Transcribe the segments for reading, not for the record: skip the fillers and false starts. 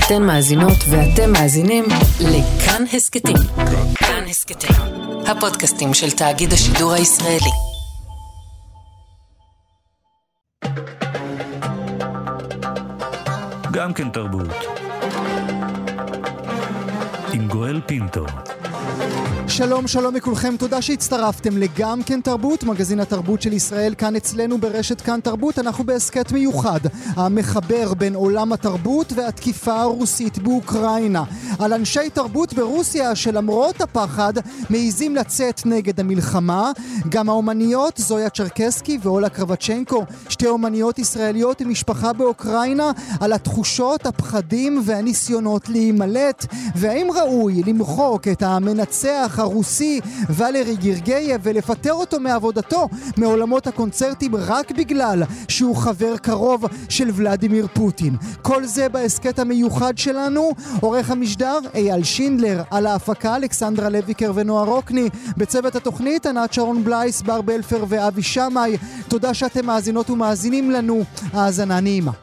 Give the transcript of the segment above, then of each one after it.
אתן מאזינות ואתם מאזינים לכאן הסקטים. כאן הסקטים, הפודקאסטים של תאגיד השידור הישראלי. גם כן תרבות. עם גואל פינטו. שלום, שלום לכולכם, תודה שהצטרפתם לגם כן תרבות, מגזין התרבות של ישראל, כאן אצלנו ברשת כאן תרבות. אנחנו בהסקט מיוחד, המחבר בין עולם התרבות והתקיפה הרוסית באוקראינה, על אנשי תרבות ברוסיה שלמרות הפחד מעיזים לצאת נגד המלחמה. גם האומניות זויה צ'רקסקי ואולה קרבצ'נקו, שתי אומניות ישראליות עם משפחה באוקראינה, על התחושות, הפחדים והניסיונות להימלט, והאם ראוי למחוק את המנצח הרוסי ולרי גרגייב ולפטר אותו מעבודתו מעולמות הקונצרטים רק בגלל שהוא חבר קרוב של ולדימיר פוטין. כל זה בהסקט המיוחד שלנו. עורך המשדר אייל שינדלר, על ההפקה אלכסנדרה לויקר ונועה רוקני, בצוות התוכנית ענת שרון בלייס, בר בלפר ואבי שמאי. תודה שאתם מאזינות ומאזינים לנו, האזנה נעימה.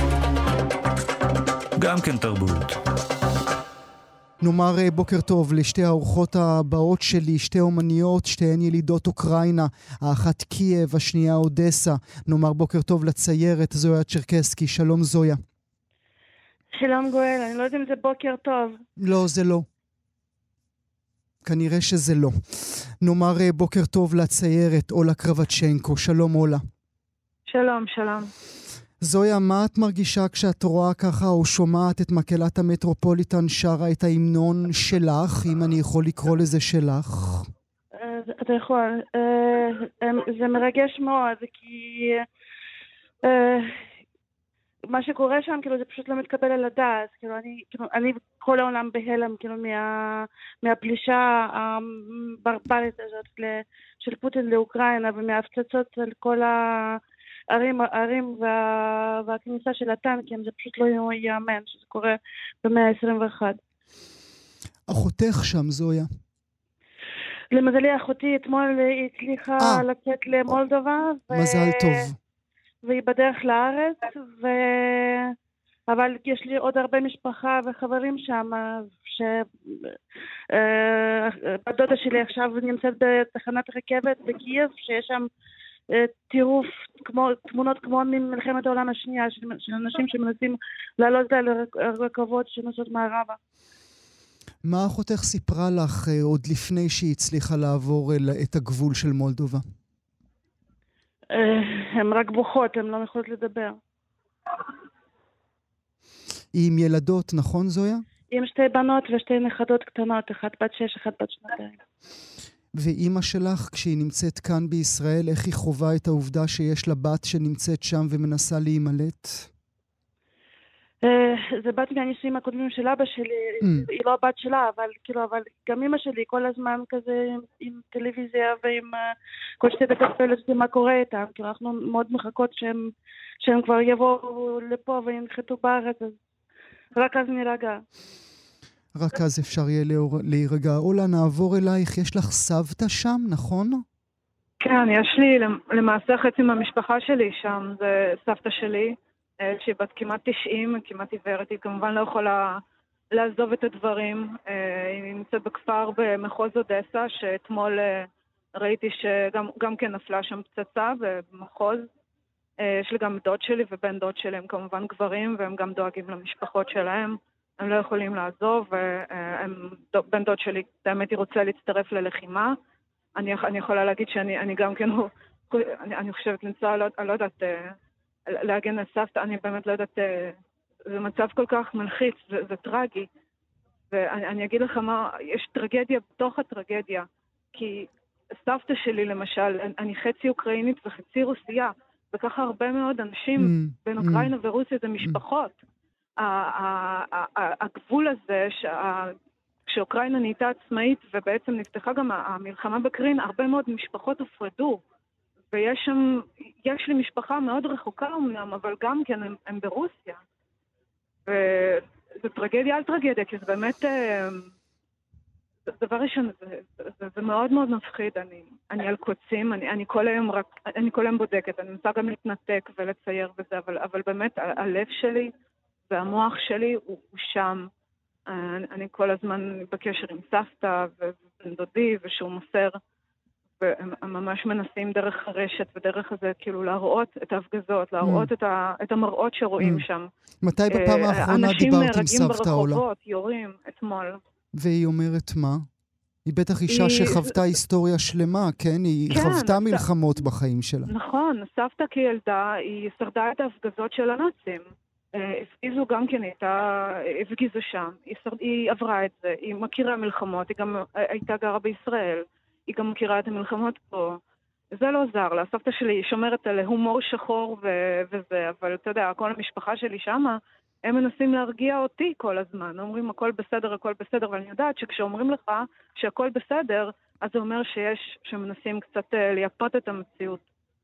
גם כן תרבות. נאמר בוקר טוב לשתי האורחות הבאות שלי, שתי אומניות, שתיהן ילידות אוקראינה, האחת קייב, השנייה אודסה. נאמר בוקר טוב לציירת זויה צ'רקסקי. שלום זויה. שלום גואל, אני לא יודעת אם זה בוקר טוב. לא, זה לא. כנראה שזה לא. נאמר בוקר טוב לציירת אולה קרבצ'נקו. שלום אולה. שלום, שלום. זויה, מה את מרגישה כשאת רואה ככה או שומעת את מקהלת המטרופוליטן שרה את ההמנון שלך, אם אני יכול לקרוא לזה שלך? אתה יכול. זה מרגש מאוד, כי מה שקורה שם, כאילו, זה פשוט לא מתקבל על הדעת. אני כל העולם בהלם, כאילו, מהפלישה הברברית הזאת של פוטין לאוקראינה, ומההפצצות על כל הערים והכניסה של הטנקים. זה פשוט לא יאמן שזה קורה במאה ה-21. אחותך שם, זויה? למזלי, אחותי אתמול הצליחה לצאת למולדובה. מזל טוב. והיא בדרך לארץ, אבל יש לי עוד הרבה משפחה וחברים שם, הדודה שלי עכשיו נמצאת בתחנת רכבת בקייב, שיש שם טירוף, תמונות כמו ממלחמת העולם השנייה, של אנשים שמנסים לעלות על רכבות שנוסעות מערבה. מה אחותך סיפרה לך עוד לפני שהיא הצליחה לעבור את הגבול של מולדובה? הן רק בוכות, הן לא יכולות לדבר. היא עם ילדות, נכון זויה? עם שתי בנות ושתי נכדות קטנות, אחת בת 6, אחת בת 2. ואימא שלך, כשהיא נמצאת כאן בישראל, איך היא חווה את העובדה שיש לה בת שנמצאת שם ומנסה להימלט? זה בת מהנישואים הקודמים של אבא שלי, היא לא הבת שלה, אבל גם אמא שלי כל הזמן כזה עם טלוויזיה ועם כל שתי דקות פלט מה קורה איתם, כאילו אנחנו מאוד מחכות שהם כבר יבואו לפה וינחתו בארץ, אז רק אז נרגע. רק אז אפשר יהיה להירגע. אולה, נעבור אלייך, יש לך סבתא שם, נכון? כן, יש לי למעשה חצי מהמשפחה שלי שם, זה סבתא שלי. שהיא בת כמעט 90, כמעט עיוורת, היא כמובן לא יכולה לעזוב את הדברים. היא נמצאת בכפר במחוז אודסה, שאתמול ראיתי שגם כן נפלה שם פצצה במחוז. יש לי גם דוד שלי ובן דוד שלי, הם כמובן גברים, והם גם דואגים למשפחות שלהם. הם לא יכולים לעזוב, בן דוד שלי, באמת היא רוצה להצטרף ללחימה. אני יכולה להגיד שאני גם כן, אני חושבת לנסוע, אני לא יודעת, להגן על סבתא, אני באמת לא יודעת, זה מצב כל כך מלחיץ, זה טרגי. ואני אגיד לך מה, יש טרגדיה בתוך הטרגדיה, כי סבתא שלי למשל, אני חצי אוקראינית וחצי רוסיה, וככה הרבה מאוד אנשים בין אוקראינה ורוסיה זה משפחות. הגבול הזה, כשאוקראינה נהייתה עצמאית ובעצם נפתחה גם המלחמה בקרין, הרבה מאוד משפחות הופרדו. ויש לי משפחה מאוד רחוקה אמנם, אבל גם כן הם ברוסיה. וזה טרגדיה על טרגדיה, כי זה באמת, דבר ראשון, זה מאוד מאוד מפחיד. אני על קוצים, אני כל היום בודקת, אני מנסה גם להתנתק ולצייר וזה, אבל באמת הלב שלי והמוח שלי הוא שם. אני כל הזמן בקשר עם סבתא ובן דודי, ושהוא מוסר, והם ממש מנסים דרך הרשת ודרך הזה, כאילו להראות את ההפגזות, להראות את המראות שרואים שם. מתי בפעם האחרונה דיברת עם סבתא אנשים אולה? נהרגים ברחובות, יורים, אתמול. והיא אומרת מה? היא בטח אישה שחוותה היסטוריה שלמה, כן? היא חוותה מלחמות בחיים שלה. נכון, סבתא כילדה, היא שרדה את ההפגזות של הנאצים. הפגיזו גם כן, הפגיזו שם. היא עברה את זה, היא מכירה מלחמות, היא גם הייתה גרה בישראל. היא גם מכירה את המלחמות פה. זה לא עזר לה. הסבתא שלי שומרת על הומור שחור וזה, אבל אתה יודע, כל המשפחה שלי שמה, הם מנסים להרגיע אותי כל הזמן. אומרים הכל בסדר, הכל בסדר, ואני יודעת שכשאומרים לך שהכל בסדר, אז זה אומר שמנסים קצת לייפות את המציאות.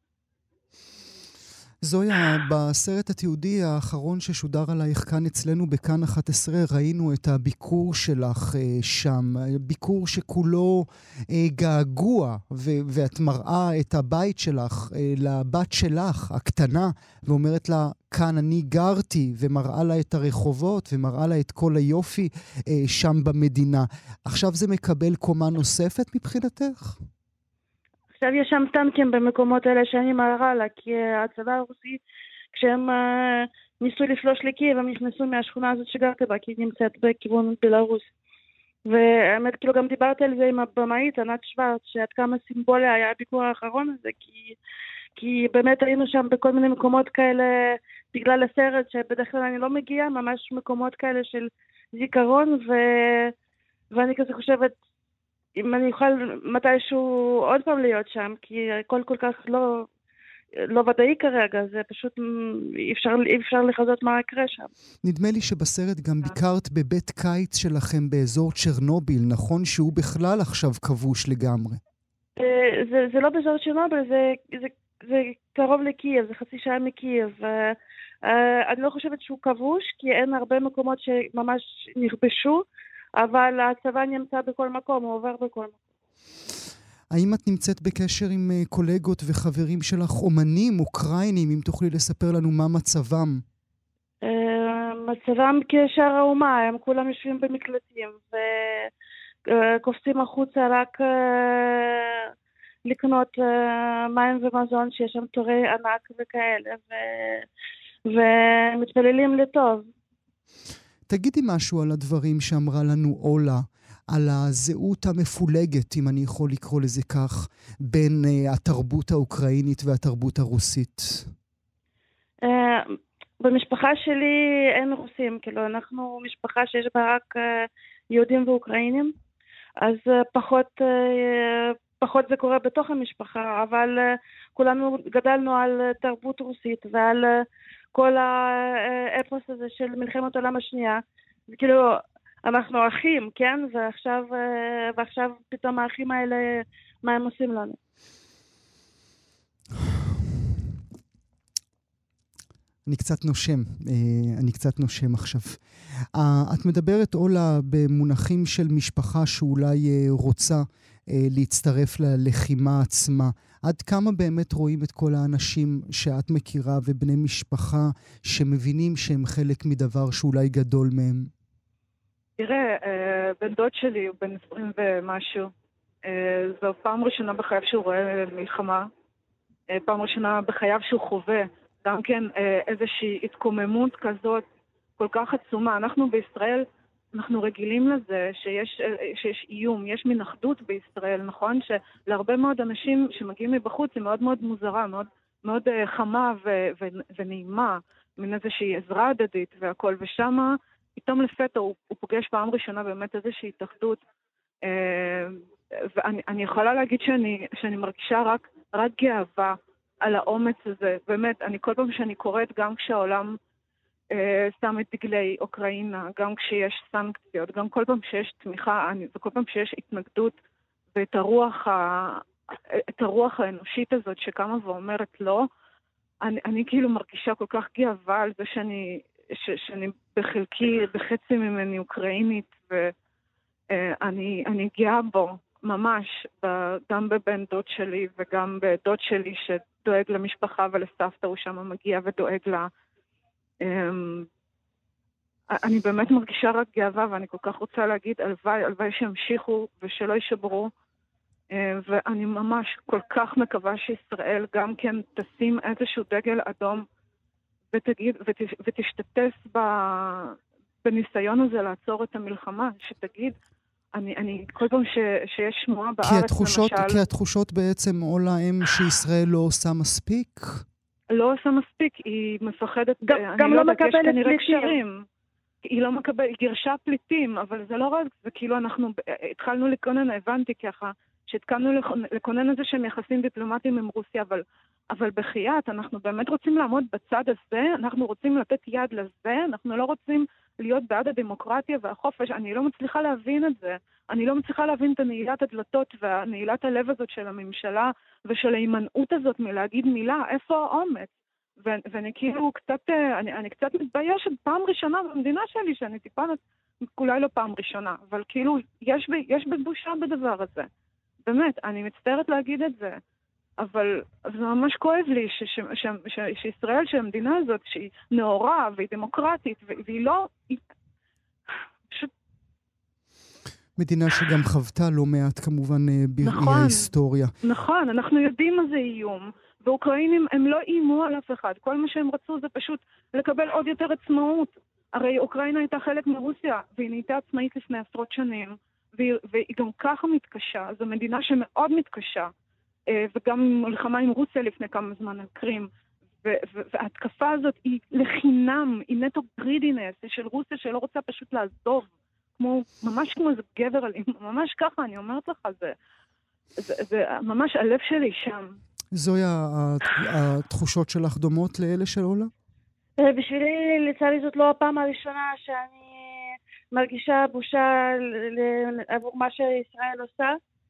זויה, בסרט התיעודי האחרון ששודר עלייך כאן אצלנו בכאן 11, ראינו את הביקור שלך שם, ביקור שכולו געגוע, ואת מראה את הבית שלך לבת שלך, הקטנה, ואומרת לה, כאן אני גרתי, ומראה לה את הרחובות, ומראה לה את כל היופי שם במדינה. עכשיו זה מקבל קומה נוספת מבחינתך? עכשיו יש שם טנקים במקומות האלה שאני מראה לה, כי הצבא הרוסי, כשהם ניסו לפלוש לקייב, הם נכנסו מהשכונה הזאת שגרתי בה, כי היא נמצאת בכיוון בלרוס. והאמת, כאילו גם דיברתי על זה עם הבמאית, ענת שוורץ, שעד כמה סימבולי היה הביקור האחרון הזה, כי באמת היינו שם בכל מיני מקומות כאלה, בגלל הסרט, שבדרך כלל אני לא מגיעה, ממש מקומות כאלה של זיכרון, ואני כזה חושבת, אם אני אוכל מתישהו עוד פעם להיות שם, כי הכל כל כך לא ודאי כרגע, זה פשוט אי אפשר לחזות מה יקרה שם. נדמה לי שבסרט גם ביקרת בבית קיץ שלכם באזור צ'רנוביל, נכון שהוא בכלל עכשיו כבוש לגמרי? זה לא באזור צ'רנוביל, זה קרוב לקייב, זה חצי שעה מקייב. אני לא חושבת שהוא כבוש, כי אין הרבה מקומות שממש נכבשו, אבל הצבא נמצא בכל מקום, הוא עובר בכל מקום. האם את נמצאת בקשר עם קולגות וחברים שלך, אומנים, אוקראינים, אם תוכלי לספר לנו מה מצבם? מצבם כשאר האומה, הם כולם יושבים במקלטים, וקופצים החוצה רק לקנות מים ומזון, שיש שם תורי ענק וכאלה, ומתפללים לטוב. תגידי משהו על הדברים שאמרה לנו אולה, על הזהות המפולגת, אם אני יכול לקרוא לזה כך, בין התרבות האוקראינית והתרבות הרוסית. במשפחה שלי אין רוסים, כאילו אנחנו משפחה שיש בה רק יהודים ואוקראינים, אז פחות זה קורה בתוך המשפחה, אבל כולנו גדלנו על תרבות רוסית ועל כל האפוס הזה של מלחמת העולם השנייה. כאילו, אנחנו אחים, כן? ועכשיו פתאום האחים האלה, מה הם עושים לנו? אני קצת נושם עכשיו. את מדברת, אולה, במונחים של משפחה שאולי רוצה להצטרף ללחימה עצמה. עד כמה באמת רואים את כל האנשים שאת מכירה ובני משפחה שמבינים שהם חלק מדבר שאולי גדול מהם? תראה, בן דוד שלי הוא בן 20 ומשהו. זו פעם ראשונה בחייו שהוא רואה מלחמה. פעם ראשונה בחייו שהוא חווה גם כן איזושהי התקוממות כזאת כל כך עצומה. אנחנו בישראל, אנחנו רגילים לזה שיש איום, יש מין אחדות בישראל, נכון? שלהרבה מאוד אנשים שמגיעים מבחוץ היא מאוד מאוד מוזרה, מאוד, מאוד חמה ונעימה, מן איזושהי עזרה הדדית והכל, ושמה פתאום לפתע הוא פוגש פעם ראשונה באמת איזושהי התאחדות, ואני יכולה להגיד שאני מרגישה רק גאווה על האומץ הזה. באמת, אני כל פעם שאני קוראת, גם כשהעולם שם את דגלי אוקראינה, גם כשיש סנקציות, גם כל פעם שיש תמיכה, וכל פעם שיש התנגדות, ואת הרוח האנושית הזאת שקמה ואומרת לא, אני כאילו מרגישה כל כך גאווה על זה שאני בחצי ממני אוקראינית, ואני גאה בו ממש, גם בבן דוד שלי וגם בדוד שלי שדואג למשפחה ולסבתא, הוא שם מגיע ודואג לה. אני באמת מרגישה רק גאווה, ואני כל כך רוצה להגיד, הלוואי שימשיכו ושלא יישברו. ואני ממש כל כך מקווה שישראל גם כן תשים איזשהו דגל אדום, ותשתתף בניסיון הזה לעצור את המלחמה, שתגיד, אני כל פעם שיש שמועה בארץ למשל... כי התחושות בעצם עולה הם שישראל לא עושה מספיק? לא עושה מספיק, היא מפחדת... גם לא מקבלת פליטים. היא לא מקבלת, היא גירשה פליטים, אבל זה לא רק, זה כאילו אנחנו התחלנו לקונן, הבנתי ככה, שהתקלנו לקונן הזה שהם יחסים דיפלומטיים עם רוסיה, אבל בחייאת, אנחנו באמת רוצים לעמוד בצד הזה, אנחנו רוצים לתת יד לזה, אנחנו לא רוצים להיות בעד הדמוקרטיה והחופש, אני לא מצליחה להבין את זה, אני לא מצליחה להבין את נעילת הדלתות והנעילת הלב הזאת של הממשלה, ושל ההימנעות הזאת מלהגיד מילה, איפה האומץ? ואני כאילו קצת, אני קצת מתביישת פעם ראשונה במדינה שלי, שאני טיפה, אולי לא פעם ראשונה, אבל כאילו יש בבושה בדבר הזה. באמת, אני מצטערת להגיד את זה, אבל זה ממש כואב לי שישראל, שהמדינה הזאת, שהיא נאורה והיא דמוקרטית, והיא לא... פשוט... מדינה שגם חוותה לא מעט כמובן בראי ההיסטוריה. נכון, אנחנו יודעים מה זה איום, ואוקראינים הם לא אימו על אף אחד, כל מה שהם רצו זה פשוט לקבל עוד יותר עצמאות. הרי אוקראינה הייתה חלק מרוסיה, והיא נהייתה עצמאית לפני עשרות שנים, והיא גם ככה מתקשה, זו מדינה שמאוד מתקשה, וגם מלחמה עם רוסיה לפני כמה זמן על קרים, וההתקפה הזאת היא לחינם, היא נטו גרידינס של רוסיה שלא רוצה פשוט לעזוב, ממש כמו איזה גבר אלים, ממש ככה, אני אומרת לך, זה ממש הלב שלי שם. זוהי התחושות שלך דומות לאלה של עולה? בשבילי, לצערי זאת לא הפעם הראשונה שאני מרגישה בושה עבור מה שישראל עושה,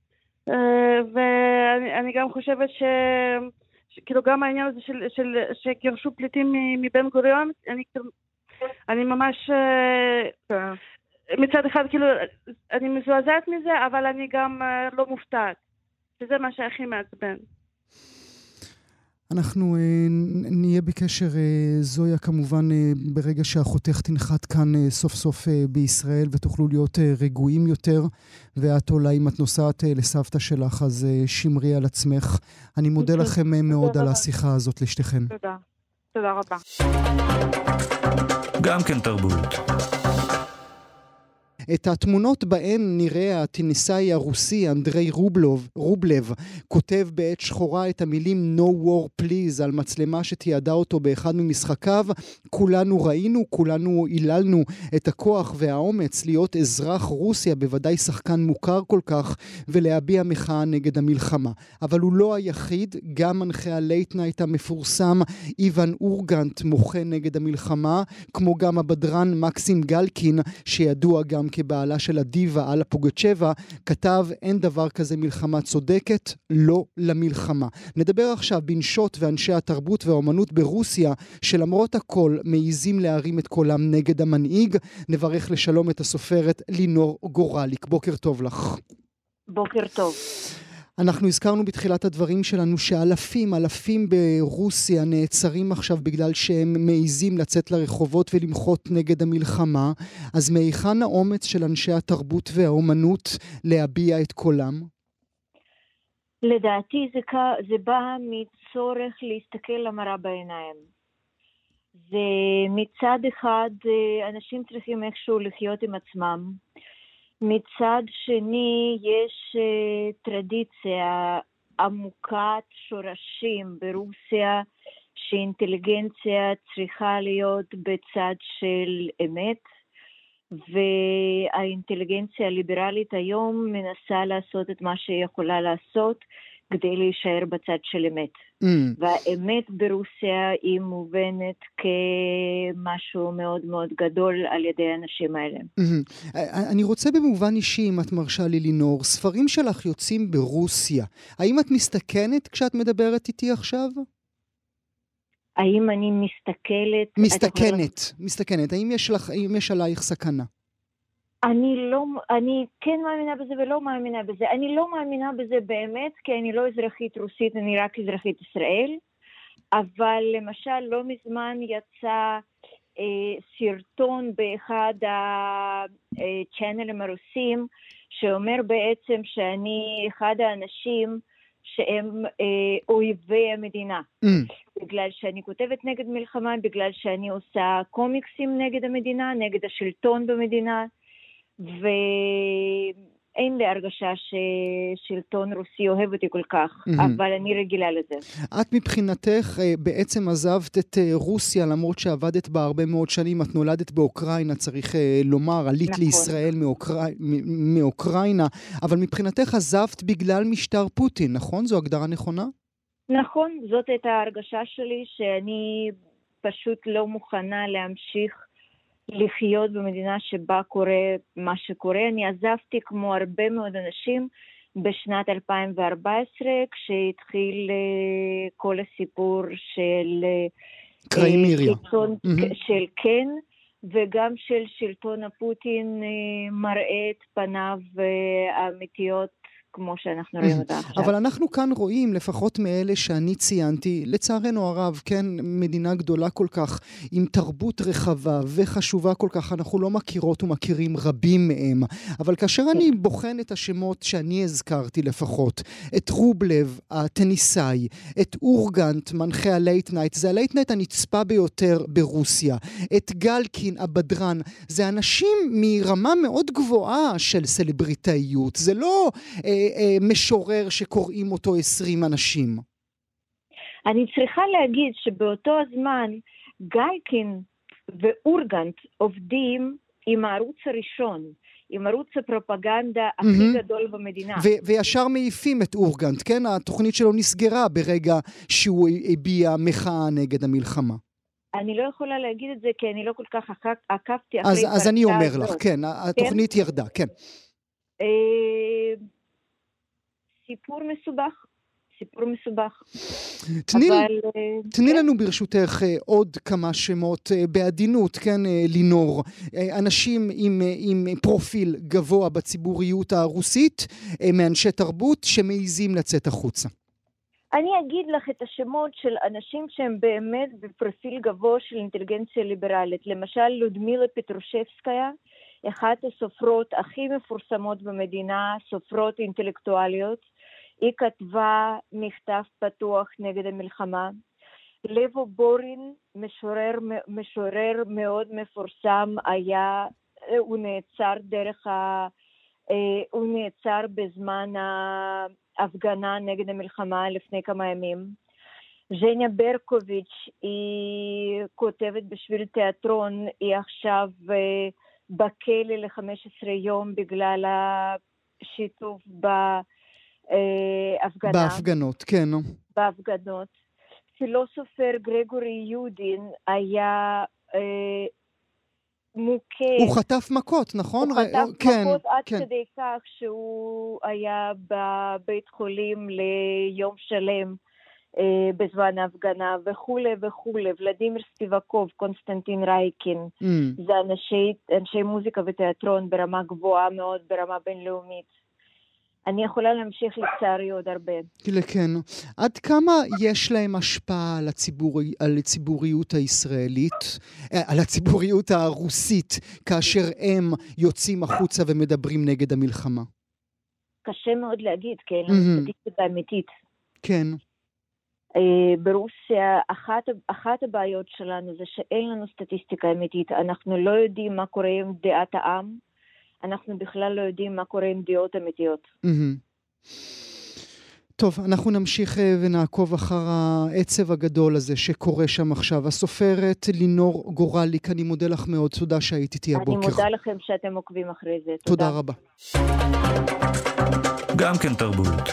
ואני גם חושבת שכאילו גם העניין הזה שגירשו פליטים מבן גוריון, אני ממש מצד אחד כאילו אני מזועזעת מזה, אבל אני גם לא מופתעת, וזה מה שהכי מעצבן. אנחנו נהיה בקשר, זויה, כמובן ברגע שאחותך תנחת כאן סוף סוף בישראל ותוכלו להיות רגועים יותר, ואת אולי אם את נוסעת לסבתא שלך אז שמרי על עצמך. אני מודה לכם מאוד על השיחה הזאת לשתיכן. תודה, תודה רבה. גם כן תרבות. את התמונות בהן נראה הטניסאי הרוסי אנדרי רובלב כותב בעת שחורה את המילים No War Please על מצלמה שתיעדה אותו באחד ממשחקיו. כולנו ראינו, כולנו היללנו את הכוח והאומץ להיות אזרח רוסיה, בוודאי שחקן מוכר כל כך, ולהביע מחאה נגד המלחמה. אבל הוא לא היחיד, גם מנחה הלייט נייט המפורסם איוון אורגנט מוחה נגד המלחמה, כמו גם הבדרן מקסים גלקין שידוע גם כבעלה של הדיבה אלה פוגצ'בה, כתב אין דבר כזה מלחמה צודקת, לא למלחמה. נדבר עכשיו בנשות ואנשי התרבות והאומנות ברוסיה, שלמרות הכל מעיזים להרים את קולם נגד המנהיג. נברך לשלום את הסופרת לינור גורליק. בוקר טוב לך. בוקר טוב. אנחנו הזכרנו בתחילת הדברים שלנו שאלפים ברוסיה נעצרים עכשיו בגלל שהם מעיזים לצאת לרחובות ולמחות נגד המלחמה. אז מהיכן האומץ של אנשי התרבות והאומנות להביע את קולם? לדעתי זה בא מצורך להסתכל למראה בעיניים. זה מצד אחד אנשים צריכים איכשהו לחיות עם עצמם. מצד שני יש טרדיציה עמוקת שורשים ברוסיה שאינטליגנציה צריכה להיות בצד של אמת, והאינטליגנציה הליברלית היום מנסה לעשות את מה שהיא יכולה לעשות כדי להישאר בצד של אמת. והאמת ברוסיה היא מובנת כמשהו מאוד מאוד גדול על ידי האנשים האלה. אני רוצה במובן אישי, אם את מרשה לי לינור, ספרים שלך יוצאים ברוסיה. האם את מסתכנת כשאת מדברת איתי עכשיו? האם אני מסתכנת. האם יש עלייך סכנה? אני כן מאמינה בזה ולא מאמינה בזה. אני לא מאמינה בזה באמת, כי אני לא אזרחית רוסית, אני רק אזרחית ישראל. אבל למשל לא מזמן יצא סרטון באחד הצ'אנלים הרוסים, שאומר בעצם שאני אחד האנשים שהם אויבי המדינה. בגלל שאני כותבת נגד מלחמה, בגלל שאני עושה קומיקסים נגד המדינה, נגד השלטון במדינה, ואין לי הרגשה ששלטון רוסי אוהב אותי כל כך, אבל אני רגילה לזה. את מבחינתך בעצם עזבת את רוסיה, למרות שעבדת בה הרבה מאוד שנים, את נולדת באוקראינה, צריך לומר, עלית נכון. לישראל מאוקראינה, אבל מבחינתך עזבת בגלל משטר פוטין, נכון? זו הגדרה נכונה? נכון, זאת הייתה ההרגשה שלי, שאני פשוט לא מוכנה להמשיך לחיות במדינה שבה קורה מה שקורה. אני עזבתי כמו הרבה מאוד אנשים בשנת 2014, כשהתחיל כל הסיפור של קראי מיריה. של כן, וגם של שלטון הפוטין מראה את פניו האמיתיות כמו שאנחנו רואים אותה עכשיו. אבל אנחנו כאן רואים, לפחות מאלה שאני ציינתי, לצערנו הרב, כן, מדינה גדולה כל כך, עם תרבות רחבה וחשובה כל כך, אנחנו לא מכירות ומכירים רבים מהם. אבל כאשר אני בוחן את השמות שאני הזכרתי לפחות, את רובלב, הטניסאי, את אורגנט, מנחה הלייט נייט, זה הלייט נייט הנצפה ביותר ברוסיה, את גלקין, הבדרן, זה אנשים מרמה מאוד גבוהה של סלבריטאיות, זה לא משורר שקוראים אותו 20 אנשים. אני צריכה להגיד שבאותו הזמן גלקין ואורגנט עובדים עם הערוץ הראשון, עם ערוץ הפרופגנדה הכי גדול במדינה. וישר מעיפים את אורגנט, כן? התוכנית שלו נסגרה ברגע שהוא הביע מחאה נגד המלחמה. אני לא יכולה להגיד את זה כי אני לא כל כך עקבתי אחרי... אז אני אומר לך, כן, התוכנית ירדה, כן. סיפור מסובך. תני לנו ברשותך עוד כמה שמות בעדינות, כן, לינור, אנשים עם פרופיל גבוה בציבוריות הרוסית, מאנשי תרבות שמעיזים לצאת החוצה. אני אגיד לך את השמות של אנשים שהם באמת בפרופיל גבוה של אינטליגנציה ליברלית. למשל, לודמילה פטרושבסקיה, אחת הסופרות הכי מפורסמות במדינה, סופרות אינטלקטואליות. היא כתבה מכתב פתוח נגד המלחמה. לבו בורין, משורר מאוד מפורסם, הוא נעצר בזמן ההפגנה נגד המלחמה לפני כמה ימים. ז'ניה ברקוביץ', היא כותבת בשביל תיאטרון, היא עכשיו בכלא ל-15 יום בגלל השיתוף בהפגנות, כן. בהפגנות. פילוסופר גרגורי יודין היה מוכה. הוא חטף מכות, נכון? הוא חטף מכות עד כדי כך שהוא היה בבית חולים ליום שלם בזמן ההפגנה וכולי וכולי. ולדימיר ספיבקוב, קונסטנטין רייקין, זה אנשי מוזיקה ותיאטרון ברמה גבוהה מאוד, ברמה בינלאומית. אני יכולה להמשיך לצערי עוד הרבה. כן. עד כמה יש להם השפעה על הציבוריות הישראלית, על הציבוריות הרוסית, כאשר הם יוצאים החוצה ומדברים נגד המלחמה? קשה מאוד להגיד, כי אין לנו סטטיסטיקה אמיתית. כן. ברוסיה, אחת הבעיות שלנו זה שאין לנו סטטיסטיקה אמיתית. אנחנו לא יודעים מה קורה עם דעת העם. אנחנו בכלל לא יודעים מה קורה עם דעות אמיתיות. טוב, אנחנו נמשיך ונעקוב אחר העצב הגדול הזה שקורה שם עכשיו. הסופרת לינור גורליק, אני מודה לך מאוד, תודה שהיית איתי הבוקר. אני מודה לכם שאתם עוקבים אחרי זה. תודה רבה. גם כן תרבות.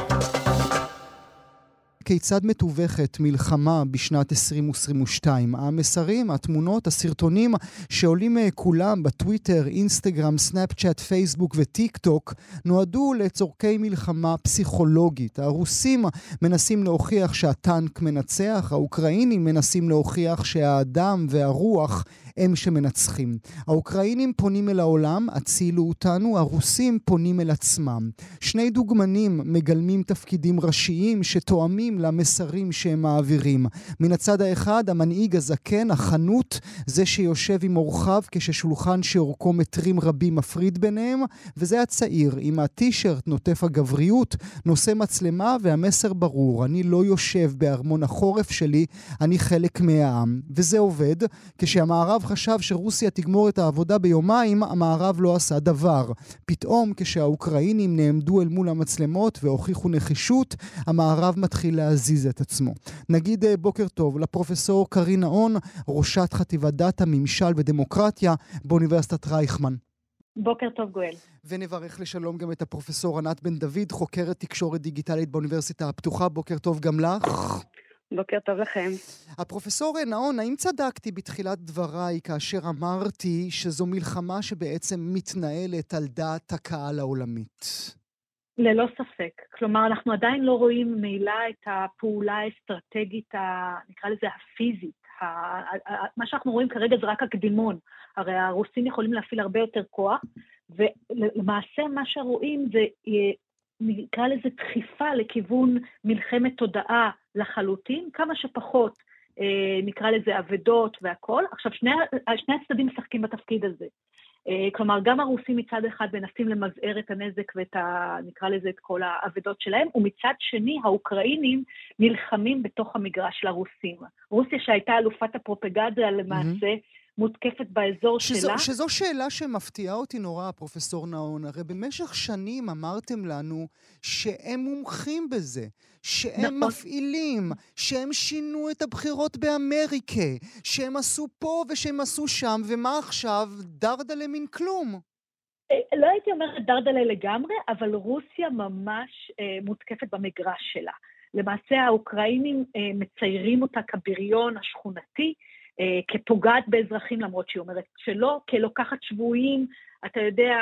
כיצד מתווכת מלחמה בשנת 2022? המסרים, התמונות, הסרטונים שעולים כולם בטוויטר, אינסטגרם, סנאפצ'אט, פייסבוק וטיק טוק נועדו לצורכי מלחמה פסיכולוגית. הרוסים מנסים להוכיח שהטנק מנצח, האוקראינים מנסים להוכיח שהאדם והרוח הם שמנצחים. האוקראינים פונים אל העולם, הצילו אותנו, הרוסים פונים אל עצמם. שני דוגמנים מגלמים תפקידים ראשיים שתואמים למסרים שהם מעבירים. מן הצד האחד, המנהיג הזקן, החנות, זה שיושב עם אורחיו כששולחן שאורכו מטרים רבים מפריד ביניהם, וזה הצעיר עם הטישרט נוטף הגבריות, נושא מצלמה והמסר ברור. אני לא יושב בארמון החורף שלי, אני חלק מהעם. וזה עובד. כשהמערב חשב שרוסיה תגמור את העבודה ביומיים, המערב לא עשה דבר. פתאום כשהאוקראינים נעמדו אל מול המצלמות והוכיחו נחישות, המערב מתחיל להזיז את עצמו. נגיד בוקר טוב לפרופסור קרין נאון, ראשת חטיבת דאטה, ממשל ודמוקרטיה באוניברסיטת רייכמן. בוקר טוב גואל. ונברך לשלום גם את הפרופסור ענת בן דוד, חוקרת תקשורת דיגיטלית באוניברסיטה הפתוחה. בוקר טוב גם לך. בוקר טוב לכם. הפרופסור נאון, האם צדקתי בתחילת דבריי כאשר אמרתי שזו מלחמה שבעצם מתנהלת על דעת הקהל העולמית? ללא ספק. כלומר, אנחנו עדיין לא רואים מילה את הפעולה האסטרטגית, נקרא לזה הפיזית. מה שאנחנו רואים כרגע זה רק הקדימון. הרי הרוסים יכולים להפעיל הרבה יותר כוח, ולמעשה מה שרואים זה, נקרא לזה דחיפה לכיוון מלחמת תודעה לחלוטין, כמה שפחות נקרא לזה עבדות והכל. עכשיו, שני הצדדים משחקים בתפקיד הזה. כלומר, גם הרוסים מצד אחד מנסים למזער את הנזק ואת נקרא לזה את כל העבדות שלהם, ומצד שני האוקראינים נלחמים בתוך המגרש של הרוסים. רוסיה שהייתה אלופת הפרופגנדה למעשה מותקפת באזור שלה. שזו שאלה שמפתיעה אותי נורא, פרופסור נאון. הרי במשך שנים אמרתם לנו שהם מומחים בזה, שהם מפעילים, שהם שינו את הבחירות באמריקה, שהם עשו פה ושהם עשו שם, ומה עכשיו? דרדלה מן כלום. לא הייתי אומרת דרדלה לגמרי, אבל רוסיה ממש מותקפת במגרש שלה. למעשה האוקראינים מציירים אותה כבריון השכונתי, כפוגעת באזרחים, למרות שהיא אומרת שלא, כלוקחת שבויים. אתה יודע,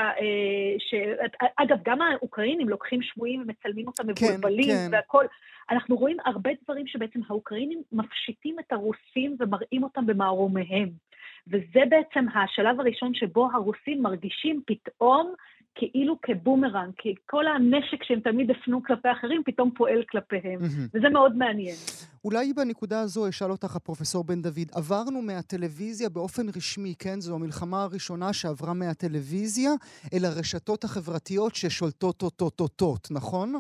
אגב, גם האוקראינים לוקחים שבויים ומצלמים אותם מבולבלים, והכל. אנחנו רואים הרבה דברים שבעצם האוקראינים מפשיטים את הרוסים ומראים אותם במערומיהם. וזה בעצם השלב הראשון שבו הרוסים מרגישים פתאום כאילו כבומרנג, כי כל הנשק שהם תמיד הפנו כלפי אחרים פתאום פועל כלפיהם. וזה מאוד מעניין. אולי בנקודה הזו אשאל אותך, הפרופסור בן דוד, עברנו מהטלוויזיה באופן רשמי, כן? זו המלחמה הראשונה שעברה מהטלוויזיה אל הרשתות החברתיות ששולטות אותות, נכון?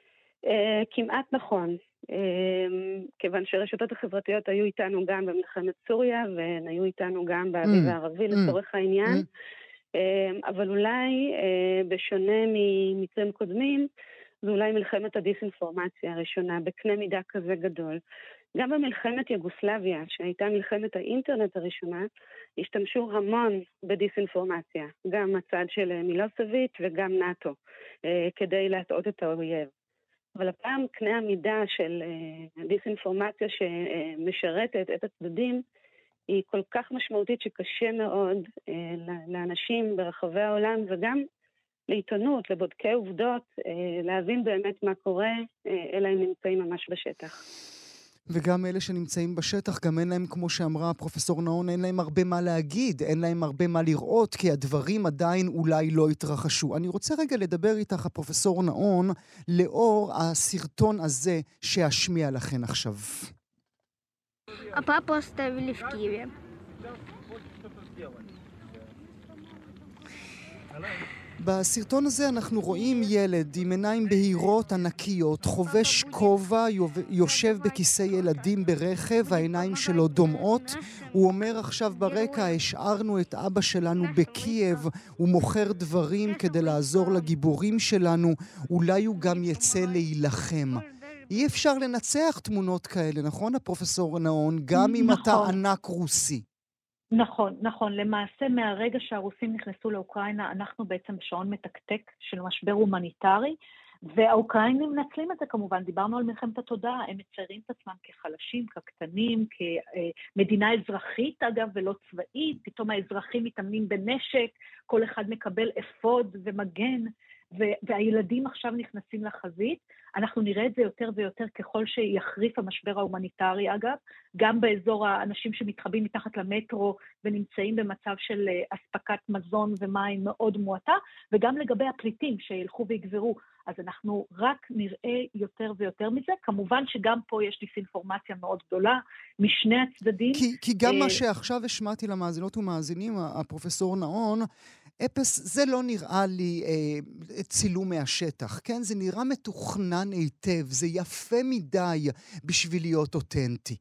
כמעט נכון. כיוון שרשתות החברתיות היו איתנו גם במלחמת סוריה, והן היו איתנו גם באביב הערבי לצורך העניין. אבל אולי בשונה ממקרים קודמים, זו אולי מלחמת הדיסאינפורמציה הראשונה, בקנה מידה כזה גדול. גם במלחמת יוגוסלביה, שהייתה מלחמת האינטרנט הראשונה, השתמשו המון בדיסאינפורמציה, גם הצד של מילוסביץ' וגם נאטו, כדי להטעות את האויב. אבל הפעם קנה המידה של דיסאינפורמציה שמשרתת את הצדדים, היא כל כך משמעותית שקשה מאוד לאנשים ברחבי העולם, וגם לעיתונות, לבודקי עובדות, להבין באמת מה קורה, אלא הם נמצאים ממש בשטח. וגם אלה שנמצאים בשטח, גם אין להם, כמו שאמרה פרופסור נאון, אין להם הרבה מה להגיד, אין להם הרבה מה לראות, כי הדברים עדיין אולי לא התרחשו. אני רוצה רגע לדבר איתך, הפרופסור נאון, לאור הסרטון הזה שאשמיע לכן עכשיו. А папу оставили в Киеве. בסרטון הזה אנחנו רואים ילד עם עיניים בהירות ענקיות, חובש כובע, יושב בכיסא ילדים ברכב, העיניים שלו דומעות. הוא אומר עכשיו ברקע, השארנו את אבא שלנו בקייב, הוא מוכר דברים כדי לעזור לגיבורים שלנו, אולי הוא גם יצא להילחם. אי אפשר לנצח תמונות כאלה, נכון, הפרופסור נאון? גם אם אתה ענק רוסי. נכון, נכון. למעשה, מהרגע שהרוסים נכנסו לאוקראינה, אנחנו בעצם בשעון מתקתק של משבר הומניטרי, והאוקראינים מנצלים את זה כמובן. דיברנו על מלחמת התודעה, הם מציירים את עצמם כחלשים, כקטנים, כמדינה אזרחית אגב, ולא צבאית. פתאום האזרחים מתאמנים בנשק, כל אחד מקבל אפוד ומגן, והילדים עכשיו נכנסים לחזית. אנחנו נראה את זה יותר ויותר ככל שיחריף המשבר ההומניטרי, אגב, גם באזור האנשים שמתחבאים מתחת למטרו ונמצאים במצב של אספקת מזון ומים מאוד מועטה, וגם לגבי הפליטים שילכו ויגברו. אז אנחנו רק נראה יותר ויותר מזה. כמובן שגם פה יש דיסאינפורמציה מאוד גדולה משני הצדדים. כי גם מה שעכשיו השמעתי למאזינות ומאזינים, הפרופסור נאון, אפס, זה לא נראה לי צילום מהשטח, כן? זה נראה מתוכנן היטב, זה יפה מדי בשביל להיות אותנטי.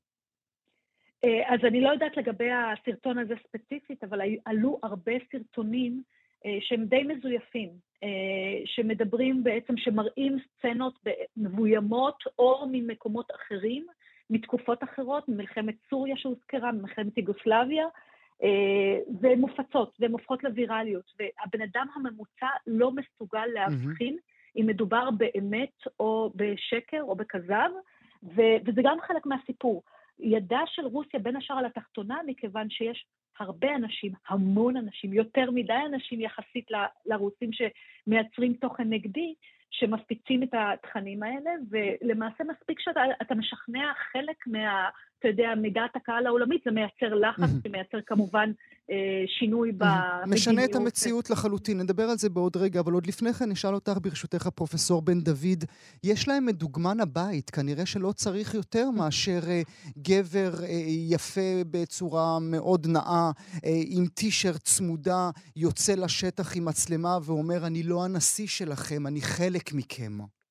אז אני לא יודעת לגבי הסרטון הזה ספציפית, אבל עלו הרבה סרטונים שהם די מזויפים, שמדברים בעצם, שמראים סצנות מבוימות או ממקומות אחרים, מתקופות אחרות, ממלחמת סוריה שהוזכרה, ממלחמת יוגוסלביה, והן מופצות, והן הופכות לווירליות, והבן אדם הממוצע לא מסוגל להבחין אם מדובר באמת או בשקר או בכזב, וזה גם חלק מהסיפור. ידה של רוסיה בין השאר על התחתונה, מכיוון שיש הרבה אנשים, המון אנשים, יותר מדי אנשים יחסית לרוסים שמייצרים תוכן נגדי, שמפיצים את התכנים האלה, ולמעשה מספיק שאתה משכנע חלק אתה יודע, מדעת הקהל העולמית, זה מייצר לחץ, זה מייצר כמובן שינוי במדיניות. משנה את המציאות לחלוטין, נדבר על זה בעוד רגע, אבל עוד לפני כן נשאל אותך ברשותך פרופסור בן דוד, יש להם מדוגמן הבית, כנראה שלא צריך יותר מאשר גבר יפה בצורה מאוד נאה, עם טישרט צמודה, יוצא לשטח עם מצלמה ואומר, אני לא הנשיא שלכם, אני חלק מכם.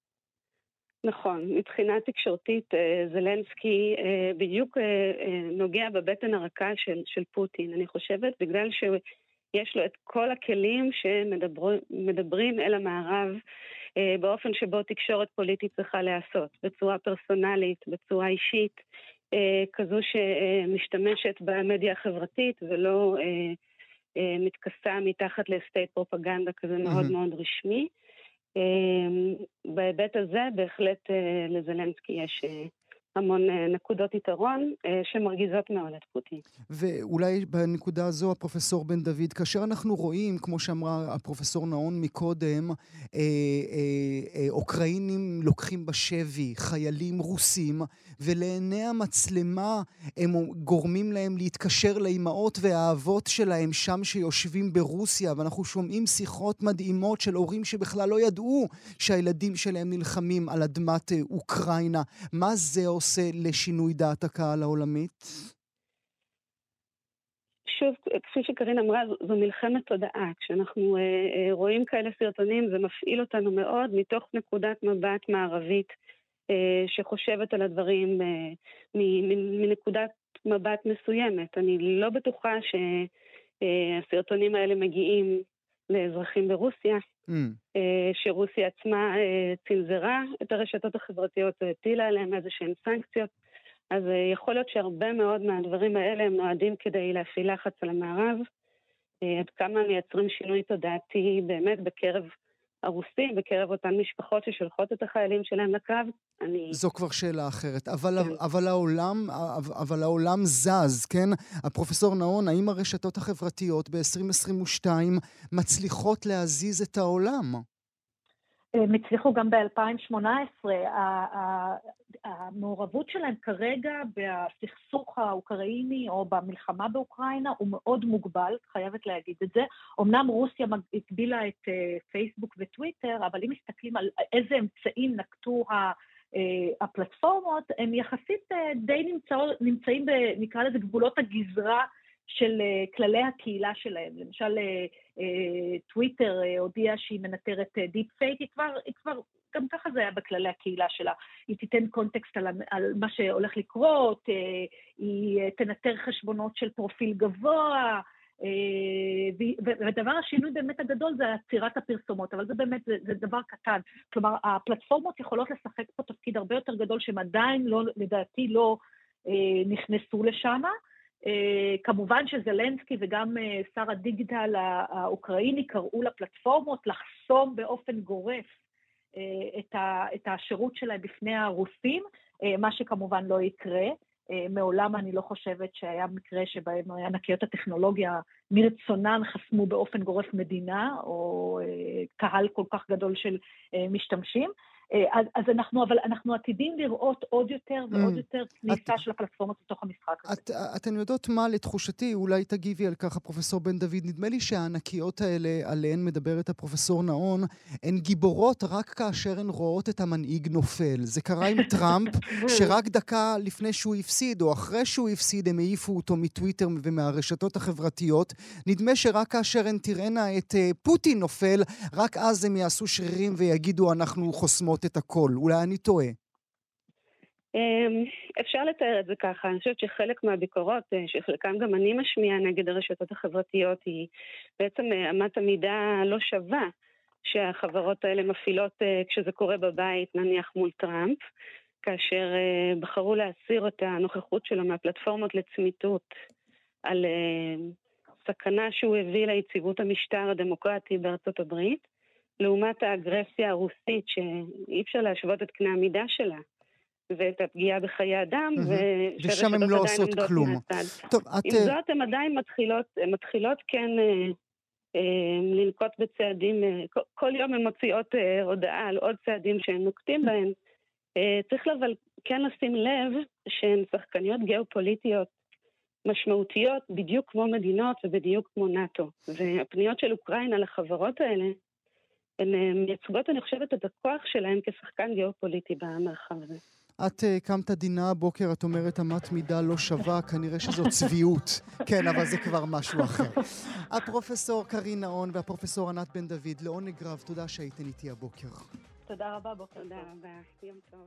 נכון, מבחינה תקשורתית זלנסקי בדיוק נוגע בבטן הרכה של פוטין, אני חושבת, בגלל שיש לו את כל הכלים שמדברים אל המערב באופן שבו תקשורת פוליטית צריכה להיעשות, בצורה פרסונלית, בצורה אישית, כזו שמשתמשת במדיה החברתית ולא מתכסה מתחת לסטייט פרופגנדה כזה מאוד מאוד רשמי. בהיבט הזה בהחלט לזלנסקי יש המון נקודות יתרון שמרגיזות מאוד את פוטין. ואולי בנקודה הזו הפרופסור בן דוד, כאשר אנחנו רואים, כמו שאמרה הפרופסור נאון מקודם, אוקראינים לוקחים בשבי, חיילים רוסים, ולעיני המצלמה הם גורמים להם להתקשר לאימהות והאבות שלהם שם שיושבים ברוסיה, ואנחנו שומעים שיחות מדהימות של הורים שבכלל לא ידעו שהילדים שלהם נלחמים על אדמת אוקראינה. מה זה עושה לשינוי דעת הקהל העולמית? שוב, כפי שקרין אמרה, זו מלחמת תודעה. כשאנחנו רואים כאלה סרטונים, זה מפעיל אותנו מאוד מתוך נקודת מבט מערבית שחושבת על הדברים מנקודת מבט מסוימת. אני לא בטוחה שהסרטונים האלה מגיעים לאזרחים ברוסיה, שרוסיה עצמה צנזרה את הרשתות החברתיות והטילה עליהם איזשהן סנקציות. אז יכול להיות שהרבה מאוד מהדברים האלה הם נועדים כדי להפעיל לחץ על המערב, עד כמה מייצרים שינוי תודעתי באמת בקרב הרוסים, בקרב אותן משפחות ששולחות את החיילים שלהם לקרב. זו כבר שאלה אחרת, אבל העולם זז, כן? הפרופסור נאון, האם הרשתות החברתיות ב-2022 מצליחות להזיז את העולם? הם הצליחו גם ב-2018, המעורבות שלהם כרגע בסכסוך האוקראיני או במלחמה באוקראינה הוא מאוד מוגבל, חייבת להגיד את זה. אמנם רוסיה הגבילה את פייסבוק וטוויטר, אבל אם מסתכלים על איזה אמצעים נקטו הפלטפורמות, הם יחסית די נמצאים נקרא לזה גבולות הגזרה של כללי הקהילה שלהם. למשל, טוויטר הודיעה שהיא מנטרת דיפ פייק, היא כבר, גם ככה זה היה בכללי הקהילה שלה. היא תיתן קונטקסט על מה שהולך לקרות, היא תנטר חשבונות של פרופיל גבוה, והדבר השינוי באמת הגדול זה עצירת הפרסומות, אבל זה באמת, זה דבר קטן. כלומר, הפלטפורמות יכולות לשחק פה תפקיד הרבה יותר גדול, שהם עדיין לא, לדעתי לא נכנסו לשם. כמובן שזלנסקי וגם שר הדיגיטל האוקראיני קראו לפלטפורמות לחסום באופן גורף את השירות שלהם בפני הרוסים, מה שכמובן לא יקרה. מעולם אני לא חושבת שהיה מקרה שבהם ענקיות הטכנולוגיה מרצונן חסמו באופן גורף מדינה, או קהל כל כך גדול של משתמשים. אז אנחנו עתידים לראות עוד יותר ועוד יותר כניסה של הפלטפורמות לתוך המשחק הזה. אתן יודעות מה לתחושתי, אולי תגיבי על כך הפרופסור בן דוד, נדמה לי שהענקיות האלה עליהן מדברת הפרופסור נאון, הן גיבורות רק כאשר הן רואות את המנהיג נופל. זה קרה עם טראמפ, שרק דקה לפני שהוא הפסיד, או אחרי שהוא הפסיד, הם העיפו אותו מטוויטר ומהרשתות החברתיות. נדמה שרק כאשר הן תראינה את פוטין נופל, רק אז הם יעשו שרירים ויגידו אנחנו חוסמות את הכל. אולי אני טועה. אפשר לתאר את זה ככה. אני חושבת שחלק מהביקורות, שחלקם גם אני משמיעה נגד הרשתות החברתיות, היא בעצם אמת המידה לא שווה שהחברות האלה מפעילות כשזה קורה בבית, נניח מול טראמפ, כאשר בחרו להסיר את הנוכחות שלו מהפלטפורמות לצמיתות על סכנה שהוא הביא ליציבות המשטר הדמוקרטי בארצות הברית, לעומת האגרסיה הרוסית שאי אפשר להשוות את קנה המידה שלה, ואת הפגיעה בחיי אדם, ושם הן לא עושות כלום. עם זאת, הן עדיין מתחילות כן לנקוט בצעדים, כל יום הן מוציאות הודעה על עוד צעדים שהן נוקטים בהן. צריך אבל כן לשים לב שהן שחקניות גיאופוליטיות משמעותיות בדיוק כמו מדינות ובדיוק כמו נאטו. והפניות של אוקראינה לחברות האלה, הן מייצגות, אני חושבת, את הכוח שלהם כשחקן גיאופוליטי במרחב הזה. את קמת דינה הבוקר, את אומרת אמת מידה לא שווה, כנראה שזו צביעות. כן, אבל זה כבר משהו אחר. הפרופסור קרין נאון והפרופסור ענת בן דוד, לעונג רב, תודה שהייתן איתי הבוקר. תודה רבה, בוקר. תודה רבה, יום טוב.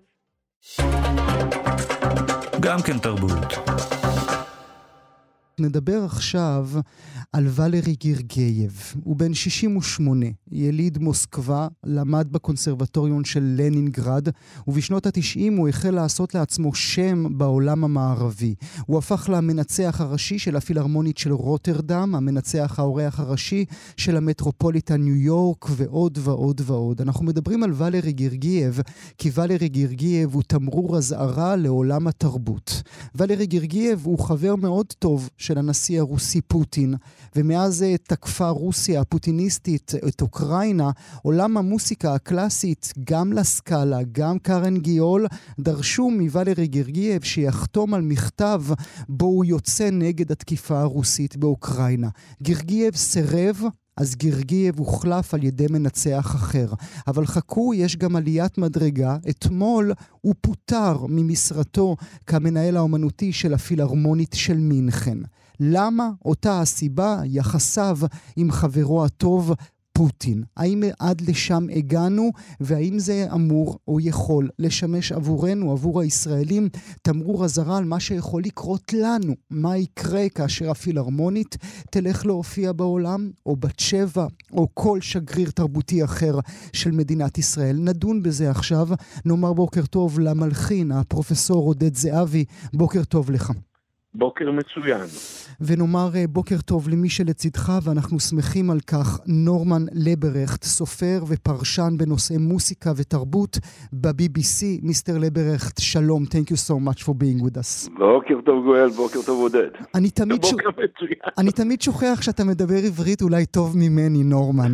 גם כן תרבות. נדבר עכשיו על ולרי גירגייב. הוא בן 68, יליד מוסקבה, למד בקונסרבטוריון של לנינגרד, ובשנות ה-90 הוא החל לעשות לעצמו שם בעולם המערבי. הוא הפך למנצח הראשי של הפילהרמונית של רוטרדם, המנצח האורח הראשי של המטרופוליטן ניו יורק, ועוד ועוד ועוד. אנחנו מדברים על ולרי גירגייב, כי ולרי גירגייב הוא תמרור אזהרה לעולם התרבות. ולרי גירגייב הוא חבר מאוד טוב של הנשיא הרוסי פוטין, ומאז תקפה רוסיה הפוטיניסטית את אוקראינה, עולם המוסיקה הקלאסית, גם לסקאלה, גם קרן גיול, דרשו מוולרי גירגייב שיחתום על מכתב בו הוא יוצא נגד התקיפה הרוסית באוקראינה. גירגייב סירב, אז גירגייב הוחלף על ידי מנצח אחר. אבל חכו, יש גם עליית מדרגה. אתמול הוא פוטר ממשרתו כמנהל האומנותי של הפילהרמונית של מינכן. למה? אותה הסיבה, יחסיו עם חברו הטוב פוטין. האם עד לשם הגענו, והאם זה אמור או יכול לשמש עבורנו, עבור הישראלים, תמרור אזהרה על מה שיכול לקרות לנו? מה יקרה כאשר הפילהרמונית תלך להופיע בעולם, או בת שבע, או כל שגריר תרבותי אחר של מדינת ישראל? נדון בזה עכשיו. נאמר בוקר טוב למלחין, הפרופסור עודד זהבי. בוקר טוב לך. בוקר מצוין. ונאמר בוקר טוב למי שלצדך, ואנחנו שמחים על כך, נורמן לברכט, סופר ופרשן בנושאי מוסיקה ותרבות ב-BBC. מיסטר לברכט, שלום, thank you so much for being with us. בוקר טוב גואל, בוקר טוב עודד. אני תמיד שוכח שאתה מדבר עברית אולי טוב ממני, נורמן.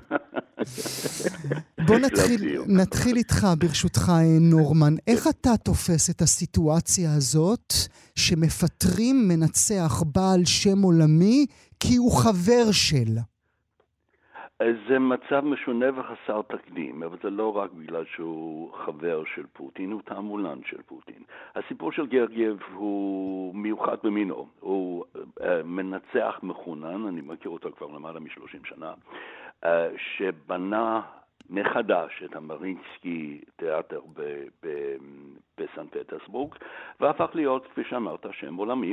בוא נתחיל איתך ברשותך, נורמן. איך אתה תופס את הסיטואציה הזאת שמפטרים מנצח בעל שם עולמי כי הוא חבר של? זה מצב משונה וחסר תקדים, אבל זה לא רק בגלל שהוא חבר של פוטין, הוא תעמולן של פוטין. הסיפור של גירגייב הוא מיוחד במינו. הוא מנצח מחונן, אני מכיר אותו כבר למעלה מ-30 שנה, שבנה מחדש את המרינסקי תיאטר בסן פטרסבורג, והפך להיות, כפי שאמרת, שם עולמי.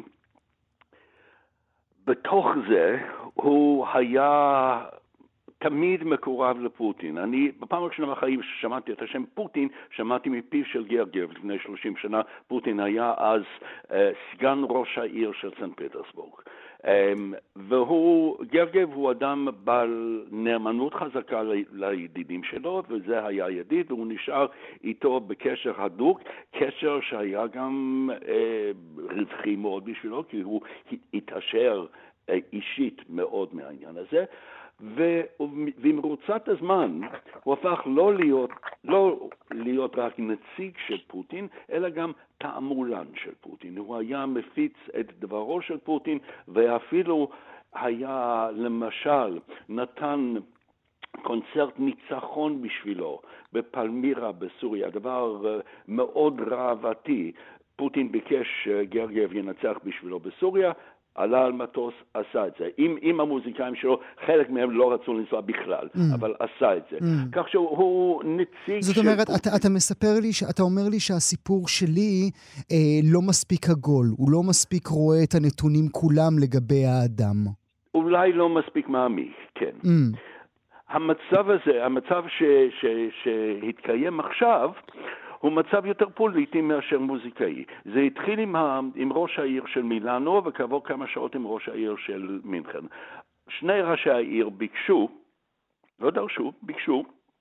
בתוך זה הוא היה תמיד מקורב לפוטין. אני בפעם הראשונה בחיים ששמעתי את השם פוטין, שמעתי מפיו של גירגייב לפני 30 שנה. פוטין היה אז סגן ראש העיר של סן פטרסבורג. גרגב הוא אדם בעל נאמנות חזקה לידידים שלו, וזה היה ידיד, והוא נשאר איתו בקשר הדוק, קשר שהיה גם רווחי מאוד בשבילו, כי הוא התעשר אישית מאוד מהעניין הזה, ובמרוצת הזמן הוא הפך לא להיות רק נציג של פוטין, אלא גם תעמולן של פוטין. הוא היה מפיץ את דברו של פוטין, ואפילו היה, למשל, נתן קונצרט ניצחון בשבילו בפלמירה בסוריה, דבר מאוד ראוותי. פוטין ביקש גרגב ינצח בשבילו בסוריה, עלה על מטוס, עשה את זה. עם המוזיקאים שלו, חלק מהם לא רצו לנסוע בכלל, אבל עשה את זה. כך שהוא נציג... זאת אומרת, אתה מספר לי, אתה אומר לי שהסיפור שלי לא מספיק עגול, הוא לא מספיק רואה את הנתונים כולם לגבי האדם. אולי לא מספיק מעמיק, כן. המצב הזה, המצב שהתקיים עכשיו, הוא מצב יותר פוליטי מאשר מוזיקאי. זה התחיל עם ראש העיר של מילאנו, וכעבור כמה שעות עם ראש העיר של מינכן. שני ראשי העיר ביקשו, לא דרשו, ביקשו,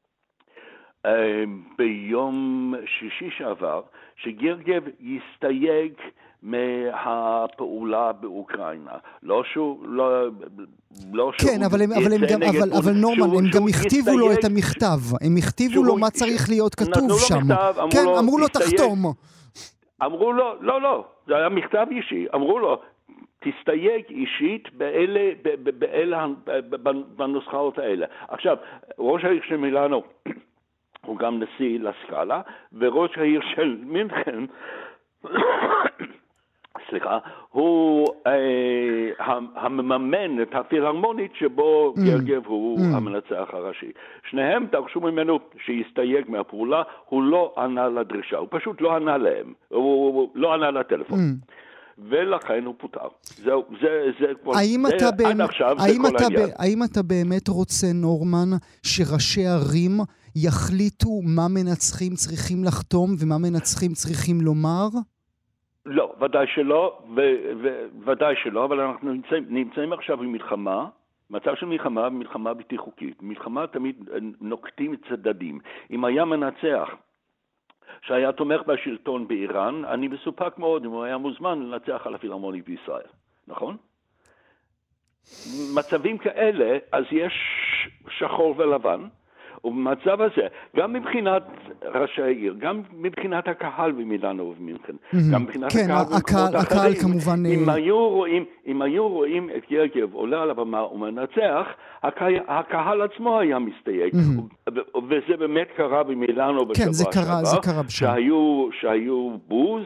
ביום שישי שעבר, שגרגב יסתייג מהפעולה באוקראינה. כן, אבל נורמן, הם גם הכתיבו לו את המכתב. הם הכתיבו לו מה צריך להיות כתוב שם. כן, אמרו לו תחתום. אמרו לו, לא, זה היה מכתב אישי. אמרו לו, תסתייג אישית בנוסחאות האלה. עכשיו, ראש העיר של מילאנו הוא גם נשיא לסקאלה, וראש העיר של מינכן סליחה, הוא המממן את הפילהרמונית שבו גרגב הוא המנצח הראשי. שניהם דרשו ממנו שיסתייג מהפעולה, הוא לא ענה לדרישה, הוא פשוט לא ענה להם, הוא לא ענה לטלפון. ולכן הוא פוטר. זה עד עכשיו, זה כל העניין. האם אתה באמת רוצה, נורמן, שראשי ערים יחליטו מה מנצחים צריכים לחתום ומה מנצחים צריכים לומר? לא, ודאי שלא, אבל אנחנו נמצאים עכשיו במלחמה, מצב של מלחמה בלתי חוקית. מלחמה תמיד נוקטים צדדים. אם היה מנצח שהיה תומך בשלטון באיראן, אני מסופק מאוד אם הוא היה מוזמן לנצח על הפילהרמונית בישראל, נכון? מצבים כאלה, אז יש שחור ולבן, ובמצב הזה, גם מבחינת ראשי העיר, גם מבחינת הקהל במילאנו ובמינכן, גם מבחינת הקהל כמובן... אם היו רואים את גרגב עולה על הבמה ומנצח, הקהל עצמו היה מסתייג. וזה באמת קרה במילאנו בשבוע שעבר, שהיו בוז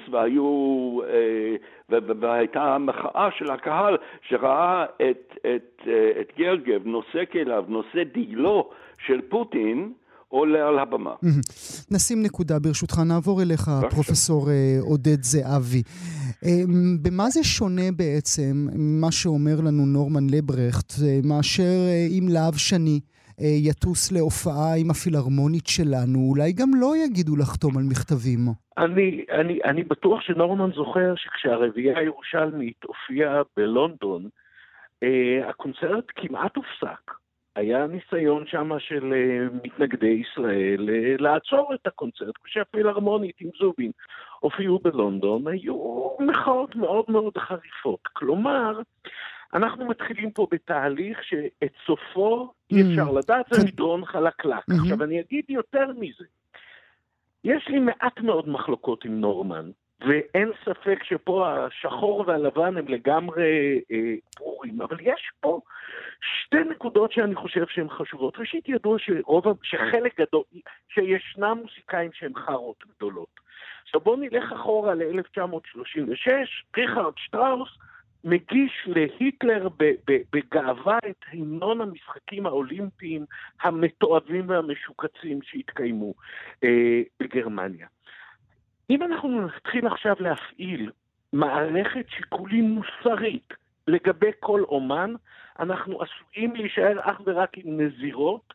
והייתה מחאה של הקהל שראה את גרגב נושא כליו, נושא דגלו של פוטין עולה על הבמה. נשים נקודה ברשותך, נעבור אליך פרופסור עודד זהבי. במה זה שונה בעצם מה שאומר לנו נורמן לברכט, מאשר אם להב שני יטוס להופעה עם הפילהרמונית שלנו, אולי גם לא יגידו לחתום על מכתבים? אני בטוח שנורמן זוכר שכשהרביעייה הירושלמית הופיעה בלונדון, הקונצרט כמעט הופסק. היה ניסיון שם של מתנגדי ישראל לעצור את הקונצרט, כשהפילהרמונית עם זובין הופיעו בלונדון, היו מחאות מאוד מאוד חריפות. כלומר, אנחנו מתחילים פה בתהליך שאת סופו אי אפשר לדעת, זה מדרון חלקלק. עכשיו אני אגיד יותר מזה. יש לי מעט מאוד מחלוקות עם נורמן, ואין ספק שפה השחור והלבן הם לגמרי ברורים, אבל יש פה שתי נקודות שאני חושב שהן חשובות. ראשית, ידוע שחלק גדול, שישנם מוסיקאים שהם חרות גדולות. עכשיו בואו נלך אחורה ל-1936, ריכרד שטראוס מגיש להיטלר בגאווה את המנון המשחקים האולימפיים המתועבים והמשוקצים שהתקיימו בגרמניה. אם אנחנו נתחיל עכשיו להפעיל מערכת שיקולים מוסרית לגבי כל אומן, אנחנו עשויים להישאר אך ורק עם נזירות.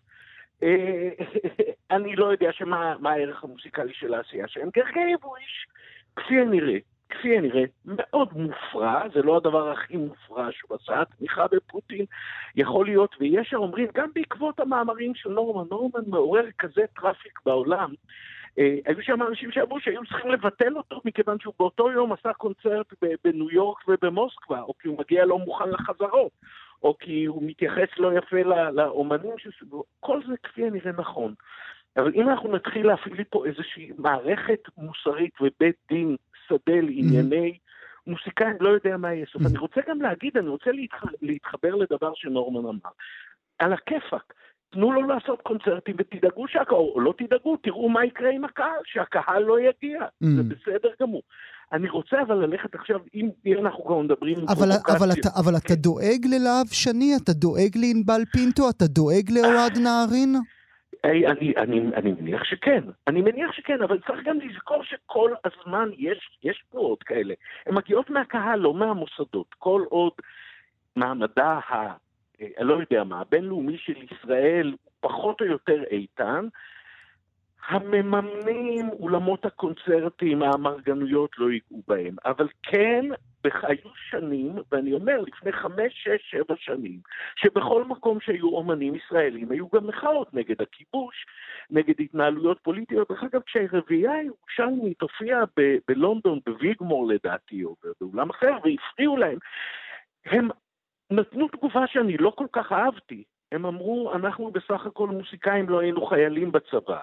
אני לא יודע מה הערך המוסיקלי של העשייה שלהם. גרגב הוא איש, כפי הנראה, כפי הנראה מאוד מופרע, זה לא הדבר הכי מופרע שהוא עשה, התמיכה בפוטין, יכול להיות, ויש שאומרים, גם בעקבות המאמרים של נורמן מעורר כזה טראפיק בעולם, היו שם אנשים שאמרו שהיו צריכים לבטל אותו, מכיוון שהוא באותו יום עשה קונצרט בניו יורק ובמוסקבה, או כי הוא מגיע לא מוכן לחזרות, או כי הוא מתייחס לא יפה לאומנים, כל זה כפי הנראה נכון. אבל אם אנחנו נתחיל להפעיל פה איזושהי מערכת מוסרית ובית דין שדה לענייני מוסיקאים, לא יודע מה יהיה סוף. אני רוצה גם להגיד, אני רוצה להתחבר לדבר שנורמן אמר. על הכיפק, תנו לו לעשות קונצרטים ותדאגו או לא תדאגו, תראו מה יקרה עם הקהל, שהקהל לא יגיע. זה בסדר גמור. אני רוצה אבל ללכת עכשיו, אם אנחנו כבר מדברים... אבל אתה דואג ללהב שני? אתה דואג לענבל פינטו? אתה דואג לאוהד נהרין? אני מניח שכן. אני מניח שכן, אבל צריך גם לזכור שכל הזמן יש תנועות כאלה. הן מגיעות מהקהל, לא מהמוסדות. כל עוד מעמדה לא יודע מה, הבינלאומי של ישראל פחות או יותר איתן, המממנים, אולמות הקונצרטים, המרגנויות לא ייגעו בהם. אבל כן, היו שנים, ואני אומר, לפני 5, 6, 7 שנים, שבכל מקום שהיו אומנים ישראלים, היו גם מחאות נגד הכיבוש, נגד התנהלויות פוליטיות. דרך אגב, כשהרביעייה הירושלמית הופיעה בלונדון, בוויגמור לדעתי, או באולם אחר, והפריעו להם, הם נתנו תגובה שאני לא כל כך אהבתי. הם אמרו, אנחנו בסך הכל מוסיקאים, לא היינו חיילים בצבא.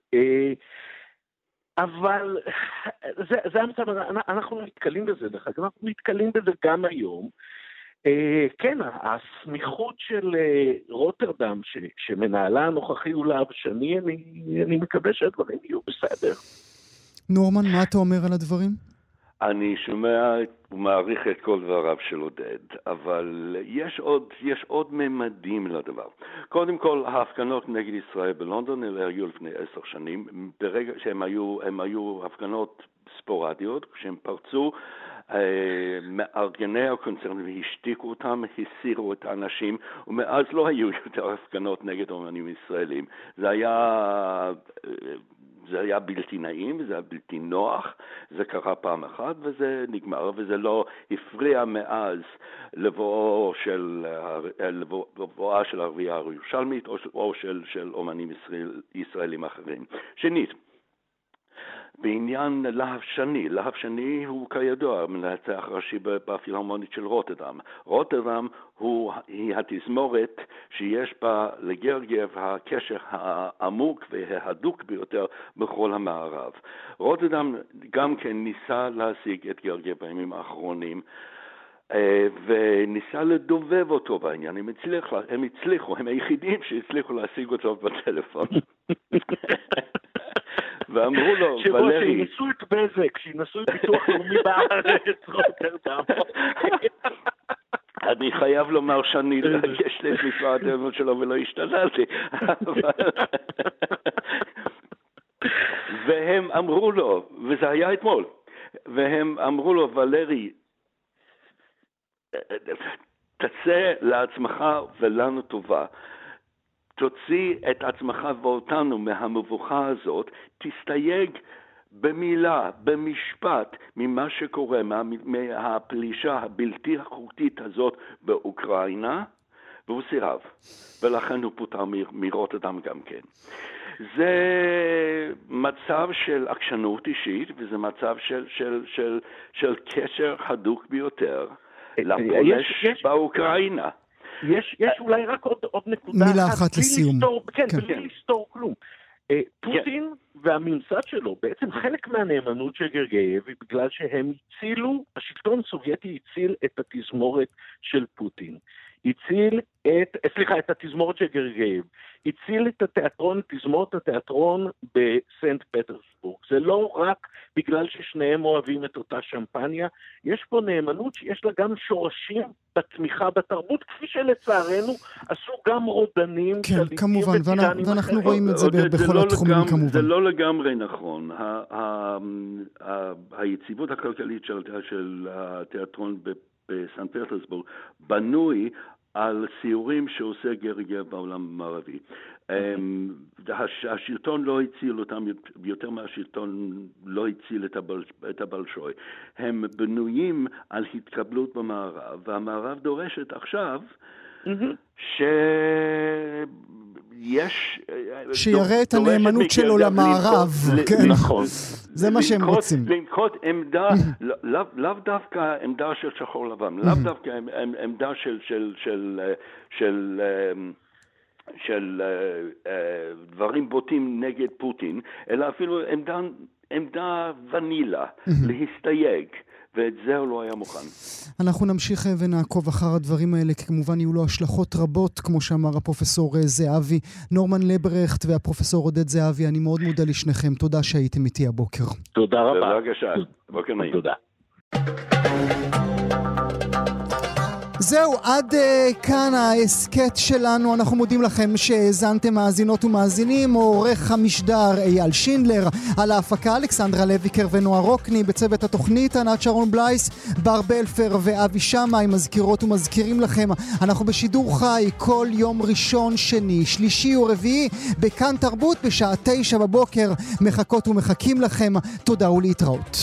אבל זה המצב, אנחנו מתקלים בזה, אנחנו מתקלים בזה גם היום. כן, הסמיכות של רוטרדם, שמנהלה הנוכחי הוא להב שני, אני מקווה שהדברים יהיו בסדר. נורמן, מה אתה אומר על הדברים? אני שומע ומעריך את כל דבריו של עודד, אבל יש עוד ממדים לדבר. קודם כל, ההפגנות נגד ישראל בלונדון היו לפני 10 שנים, ברגע שהם היו הפגנות ספורדיות, כשהם פרצו, מארגני הקונצרטים והשתיקו אותם, הסירו את האנשים, ומאז לא היו יותר הפגנות נגד אומנים ישראלים. זה היה בלתי נעים, זה היה בלתי נוח, זה קרה פעם אחת וזה נגמר, וזה לא הפריע מאז לבואה של הרביעייה הירושלמית או של אומנים ישראלים אחרים. שנית, בעניין להב שני הוא כידוע מנצח ראשי בפילהרמונית של רוטרדם. רוטרדם היא התזמורת שיש בה לגרגב הקשר העמוק וההדוק ביותר בכל המערב. רוטרדם גם כן ניסה להשיג את גרגב בימים האחרונים, וניסה לדובב אותו בעניין. הם הצליחו, הם היחידים שהצליחו להשיג אותו בטלפון. ואמרו לו, ולרי... שינסו את בזק, שינסו את ביטוח לאומי בארץ, רוטרדם. אני חייב לומר שאני יש לי סליפה הדמות שלו ולא השתללתי. והם אמרו לו, וזה היה אתמול, והם אמרו לו, ולרי, תצא לעצמך ולנו טובה. תוציא את עצמך ואותנו מהמבוכה הזאת, תסתייג במילה, במשפט, ממה שקורה, מהפלישה הבלתי חוקית הזאת באוקראינה, והוא סירב. ולכן הוא פוטר מרוטרדם גם כן. זה מצב של עקשנות אישית, וזה מצב של קשר הדוק ביותר לפולש באוקראינה. יש אולי רק עוד נקודה. מילה אחת לסיום. כן, בלי לסתור כלום. פוטין והממסד שלו, בעצם חלק מהנאמנות של גרגייב, בגלל שהם הצילו, השלטון הסובייטי הציל את התזמורת של פוטין. הציל את התזמורת של גרגייב. הציל את התיאטרון, תזמורת התיאטרון בסנט פטרסבורג. זה לא רק בגלל ששניהם אוהבים את אותה שמפניה, יש פה נאמנות שיש לה גם שורשים בתמיכה בתרבות, כפי שלצערנו עשו גם רודנים. כן, כמובן, ואנחנו רואים את זה בכל התחומים כמובן. זה לא לגמרי נכון. היציבות הכלכלית של התיאטרון בסנט פטרסבורג בנוי על סיורים שעושה גר יגב בעולם המערבי. השלטון לא הציל אותם יותר מהשלטון לא הציל את הבלשוי. הם בנויים על התקבלות במערב, והמערב דורשת עכשיו שיראה את הנאמנות שלו למערב. נכון. זה מה שהם רוצים. לנקוט עמדה, לאו דווקא עמדה של שחור לבן, לאו דווקא עמדה של דברים בוטים נגד פוטין, אלא אפילו עמדה ונילה, להסתייג. ואת זה הוא לא היה מוכן. אנחנו נמשיך ונעקוב אחר הדברים האלה, כי כמובן יהיו לו השלכות רבות, כמו שאמר הפרופסור זהבי. נורמן לברכט והפרופסור עודד זהבי, אני מאוד מודה לשניכם. תודה שהייתם איתי הבוקר. תודה רבה. בבקשה. בוקר נעים. תודה. זהו, עד כאן ההסקט שלנו. אנחנו מודים לכם שהאזנתם, מאזינות ומאזינים. עורך המשדר אייל שינדלר, על ההפקה אלכסנדרה לויקר ונועה רוקני, בצוות התוכנית ענת שרון בלייס, בר בלפר ואבי שמאי. מזכירות ומזכירים לכם, אנחנו בשידור חי כל יום ראשון, שני, שלישי ורביעי בכאן תרבות בשעה 9 בבוקר. מחכות ומחכים לכם. תודה ולהתראות.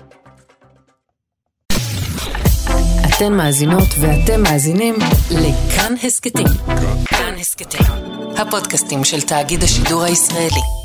אתן מאזינות ואתם מאזינים לכאן הסקטים. כאן הסקטים, הפודקאסטים של תאגיד השידור הישראלי.